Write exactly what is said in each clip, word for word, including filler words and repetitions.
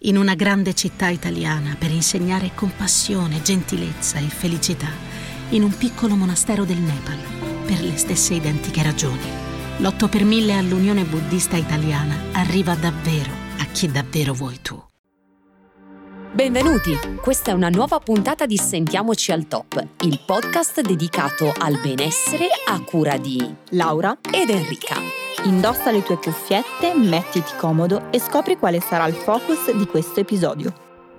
in una grande città italiana per insegnare compassione, gentilezza e felicità, in un piccolo monastero del Nepal, per le stesse identiche ragioni. L'otto per mille all'Unione Buddista Italiana arriva davvero a chi davvero vuoi tu. Benvenuti, questa è una nuova puntata di Sentiamoci al Top, il podcast dedicato al benessere a cura di Laura ed Enrica. Indossa le tue cuffiette, mettiti comodo e scopri quale sarà il focus di questo episodio.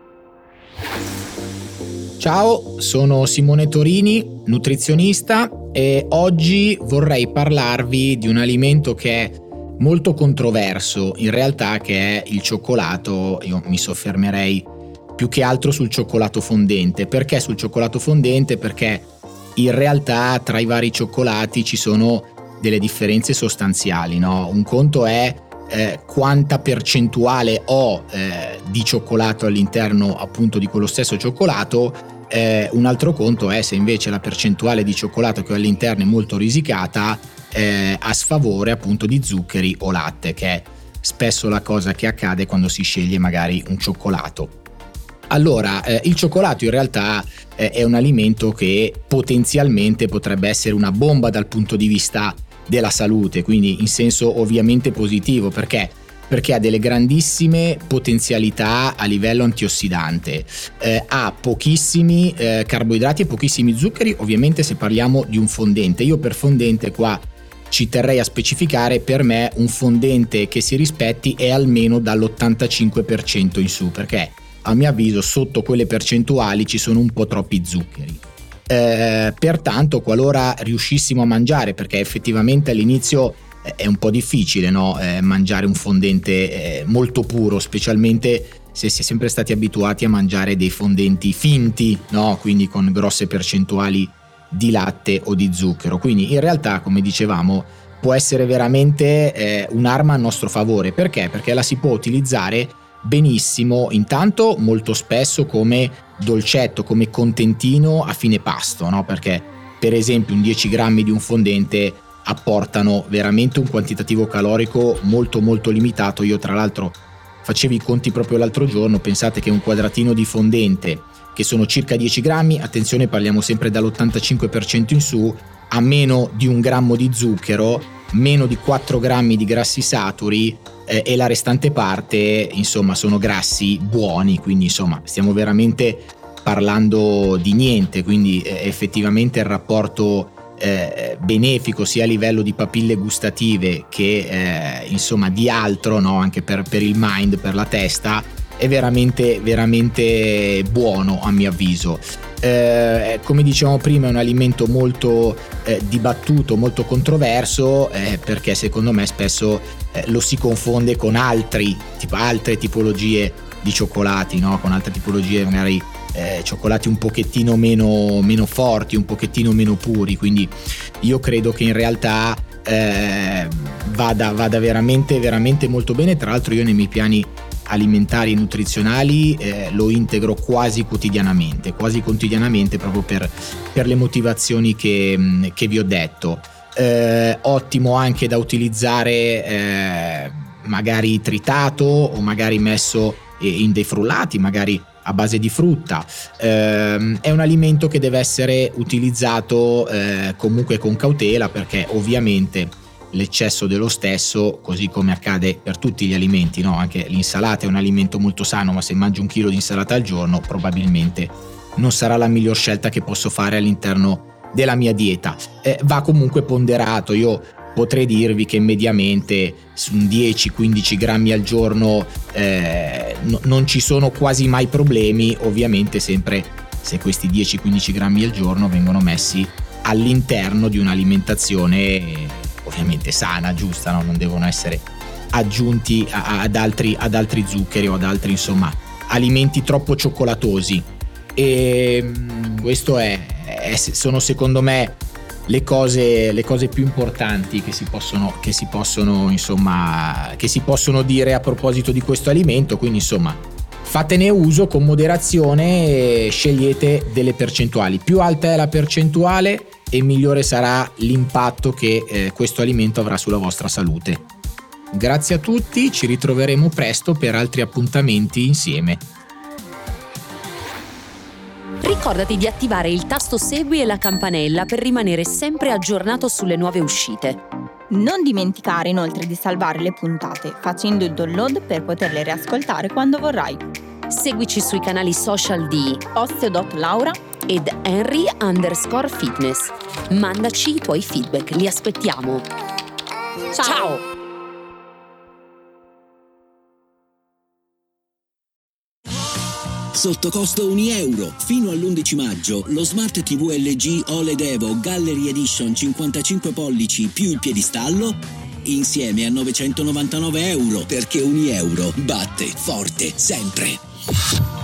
Ciao, sono Simone Torini, nutrizionista, e oggi vorrei parlarvi di un alimento che è molto controverso, in realtà, che è il cioccolato. Io mi soffermerei più che altro sul cioccolato fondente. Perché sul cioccolato fondente? Perché in realtà tra i vari cioccolati ci sono delle differenze sostanziali, no? Un conto è eh, quanta percentuale ho eh, di cioccolato all'interno appunto di quello stesso cioccolato, eh, un altro conto è se invece la percentuale di cioccolato che ho all'interno è molto risicata eh, a sfavore appunto di zuccheri o latte, che è spesso la cosa che accade quando si sceglie magari un cioccolato. Allora, eh, il cioccolato in realtà eh, è un alimento che potenzialmente potrebbe essere una bomba dal punto di vista della salute, quindi in senso ovviamente positivo. Perché? Perché ha delle grandissime potenzialità a livello antiossidante, eh, ha pochissimi eh, carboidrati e pochissimi zuccheri, ovviamente se parliamo di un fondente. Io per fondente qua ci terrei a specificare, per me un fondente che si rispetti è almeno dall'ottantacinque per cento in su, perché a mio avviso sotto quelle percentuali ci sono un po' troppi zuccheri. Eh, pertanto qualora riuscissimo a mangiare, perché effettivamente all'inizio eh, è un po' difficile, no? eh, mangiare un fondente eh, molto puro, specialmente se si è sempre stati abituati a mangiare dei fondenti finti, no? Quindi con grosse percentuali di latte o di zucchero. Quindi in realtà, come dicevamo, può essere veramente eh, un'arma a nostro favore. Perché? Perché la si può utilizzare benissimo, intanto molto spesso come dolcetto, come contentino a fine pasto, no? Perché per esempio un dieci grammi di un fondente apportano veramente un quantitativo calorico molto molto limitato. Io tra l'altro facevo i conti proprio l'altro giorno, pensate che un quadratino di fondente, che sono circa dieci grammi, attenzione parliamo sempre dall'ottantacinque per cento in su, a meno di un grammo di zucchero, meno di quattro grammi di grassi saturi, eh, e la restante parte insomma sono grassi buoni, quindi insomma stiamo veramente parlando di niente. Quindi eh, effettivamente il rapporto eh, benefico sia a livello di papille gustative che eh, insomma di altro, no? Anche per, per il mind, per la testa, è veramente veramente buono a mio avviso. Eh, come dicevamo prima è un alimento molto eh, dibattuto, molto controverso, eh, perché secondo me spesso eh, lo si confonde con altri tipo, altre tipologie di cioccolati, no? Con altre tipologie magari eh, cioccolati un pochettino meno, meno forti, un pochettino meno puri. Quindi io credo che in realtà eh, vada, vada veramente veramente molto bene. Tra l'altro io nei miei piani alimentari e nutrizionali eh, lo integro quasi quotidianamente, quasi quotidianamente proprio per, per le motivazioni che, che vi ho detto. Eh, ottimo anche da utilizzare eh, magari tritato o magari messo in dei frullati, magari a base di frutta. Eh, è un alimento che deve essere utilizzato eh, comunque con cautela, perché ovviamente l'eccesso dello stesso, così come accade per tutti gli alimenti, no? Anche l'insalata è un alimento molto sano, ma se mangio un chilo di insalata al giorno probabilmente non sarà la miglior scelta che posso fare all'interno della mia dieta. Eh, va comunque ponderato. Io potrei dirvi che mediamente su un dieci quindici grammi al giorno eh, no, non ci sono quasi mai problemi, ovviamente sempre se questi dieci quindici grammi al giorno vengono messi all'interno di un'alimentazione ovviamente sana, giusta, no? Non devono essere aggiunti a, ad, altri, ad altri zuccheri o ad altri insomma alimenti troppo cioccolatosi. E questo è, è sono secondo me le cose, le cose più importanti che si possono, che si possono insomma che si possono dire a proposito di questo alimento. Quindi insomma fatene uso con moderazione e scegliete delle percentuali. Più alta è la percentuale e migliore sarà l'impatto che eh, questo alimento avrà sulla vostra salute. Grazie a tutti, ci ritroveremo presto per altri appuntamenti insieme. Ricordati di attivare il tasto segui e la campanella per rimanere sempre aggiornato sulle nuove uscite. Non dimenticare inoltre di salvare le puntate facendo il download per poterle riascoltare quando vorrai. Seguici sui canali social di Osteo.Laura ed Henry underscore fitness. Mandaci i tuoi feedback, li aspettiamo. Ciao! Ciao! Sotto costo un euro. Fino all'undici maggio lo Smart tivù L G O L E D Evo Gallery Edition cinquantacinque pollici più il piedistallo insieme a novecentonovantanove euro, perché un euro batte forte sempre.